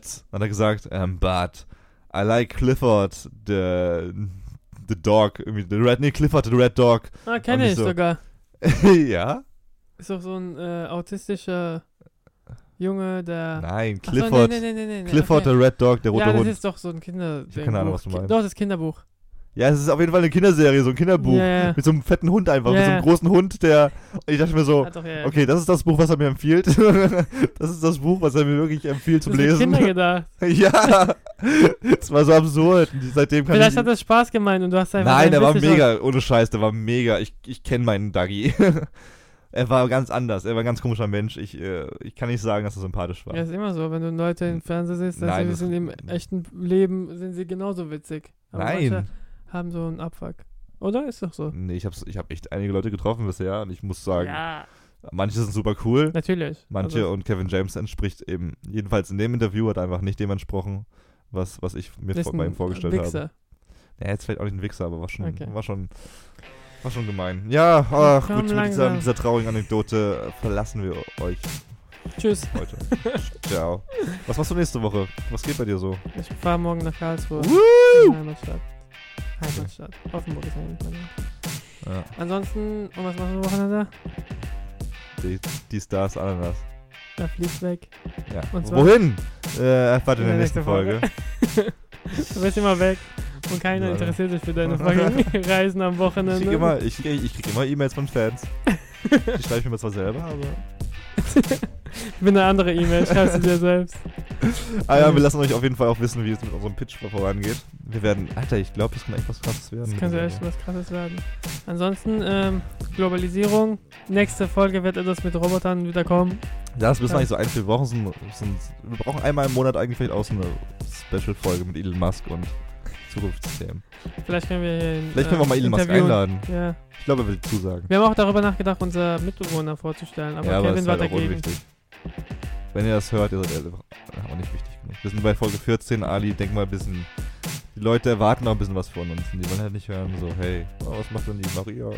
I like Clifford, the dog, irgendwie, Clifford the Red Dog. Ah, kenne ich so, sogar. Ja? Ist doch so ein autistischer Junge, der... Nein, Clifford. So, nee. Clifford the Red Dog, der rote Hund. Ja, das ist doch so ein Kinderbuch. Ich habe keine Ahnung, was du meinst. Doch, das Kinderbuch. Ja, es ist auf jeden Fall eine Kinderserie, so ein Kinderbuch. Yeah. Mit so einem fetten Hund einfach, mit so einem großen Hund, der... Und ich dachte mir so, okay, das ist das Buch, was er mir empfiehlt. Das ist das Buch, was er mir wirklich empfiehlt zum Lesen. Das ist Kinder gedacht. Ja, es war so absurd. Seitdem Vielleicht hat er Spaß gemeint und du hast einfach... Nein, der war mega, ohne Scheiß, der war mega. Ich kenne meinen Dagi. Er war ganz anders, er war ein ganz komischer Mensch. Ich kann nicht sagen, dass er sympathisch war. Ja, ist immer so, wenn du Leute im Fernsehen siehst, dann sind sie im echten Leben sind sie genauso witzig. Aber nein. Haben so einen Abfuck. Oder? Ist doch so. Nee, ich hab echt einige Leute getroffen bisher und ich muss sagen, manche sind super cool. Natürlich. Manche und Kevin James entspricht eben, jedenfalls in dem Interview hat er einfach nicht dem entsprochen, was ich mir bei ihm vorgestellt habe. Ja, jetzt vielleicht auch nicht ein Wichser, aber war schon gemein. Ja, gut, mit dieser traurigen Anekdote verlassen wir euch. Tschüss. Heute. Ciao. Was machst du nächste Woche? Was geht bei dir so? Ich fahre morgen nach Karlsruhe. Heimatstadt. Offenburg ist eigentlich. Ja. Ansonsten, und was machst du am Wochenende? Die Stars Ananas. Da fliegt weg. Ja. Und zwar wohin? Erfahrt in der nächsten Folge. Du bist immer weg. Und keiner interessiert sich für deine Reisen am Wochenende. Ich krieg immer E-Mails von Fans. Die schreibe ich mir zwar selber, aber... Ich bin eine andere E-Mail, schreibst du dir selbst. Ja, wir lassen euch auf jeden Fall auch wissen, wie es mit unserem Pitch vorangeht. Wir werden, Alter, ich glaube, das kann echt was Krasses werden. Das könnte echt was Krasses werden. Ansonsten, Globalisierung. Nächste Folge wird etwas mit Robotern wieder kommen. Ja, das müssen eigentlich so 1-2 Wochen wir brauchen einmal im Monat eigentlich vielleicht auch so eine Special-Folge mit Elon Musk und Zukunftsthemen. Vielleicht können wir mal Elon Musk einladen. Ja. Ich glaube, er will zusagen. Wir haben auch darüber nachgedacht, unser Mitbewohner vorzustellen, aber Kevin war dagegen. Wenn ihr das hört, ihr seid auch nicht wichtig genug. Wir sind bei Folge 14, Ali, denk mal ein bisschen, die Leute erwarten noch ein bisschen was von uns. Und die wollen halt nicht hören, so, hey, was macht denn die Maria?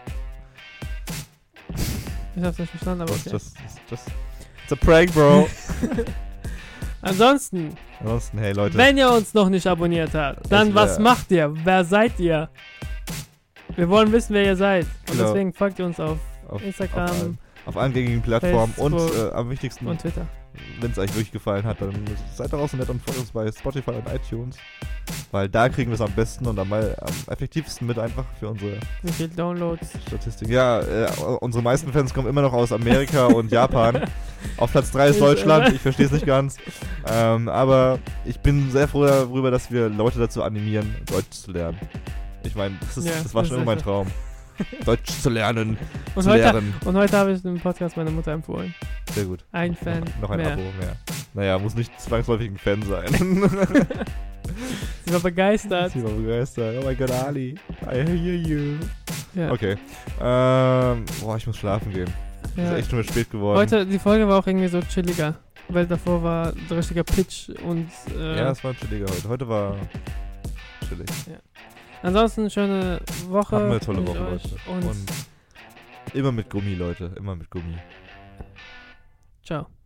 Ich hab's nicht verstanden, aber okay. It's a prank, bro. Ansonsten, hey Leute. Wenn ihr uns noch nicht abonniert habt, dann was macht ihr? Wer seid ihr? Wir wollen wissen, wer ihr seid. Und deswegen folgt ihr uns auf Instagram. Auf allen gängigen Plattformen Facebook und am wichtigsten. Und Twitter. Wenn es euch wirklich gefallen hat, dann seid doch auch so nett und folgt uns bei Spotify und iTunes. Weil da kriegen wir es am besten und am effektivsten mit einfach für unsere Wie viel Downloads? Statistik. Ja, unsere meisten Fans kommen immer noch aus Amerika und Japan. Auf Platz 3 ist Deutschland, ich verstehe es nicht ganz. Aber ich bin sehr froh darüber, dass wir Leute dazu animieren, Deutsch zu lernen. Ich meine, das war schon immer mein Traum. Deutsch zu lernen, und heute habe ich einen Podcast meiner Mutter empfohlen. Sehr gut. Ein Fan noch ein mehr. Abo mehr. Naja, muss nicht zwangsläufig ein Fan sein. Sie war begeistert. Oh mein Gott, Ali. I hear you. Ja. Okay. Ich muss schlafen gehen. Ja. Ist echt schon wieder spät geworden. Die Folge war auch irgendwie so chilliger. Weil davor war ein richtiger Pitch und... ja, es war chilliger heute. Heute war chillig. Ja. Ansonsten schöne Woche. Hatten wir eine tolle Woche, Leute. Und immer mit Gummi, Leute. Immer mit Gummi. Ciao.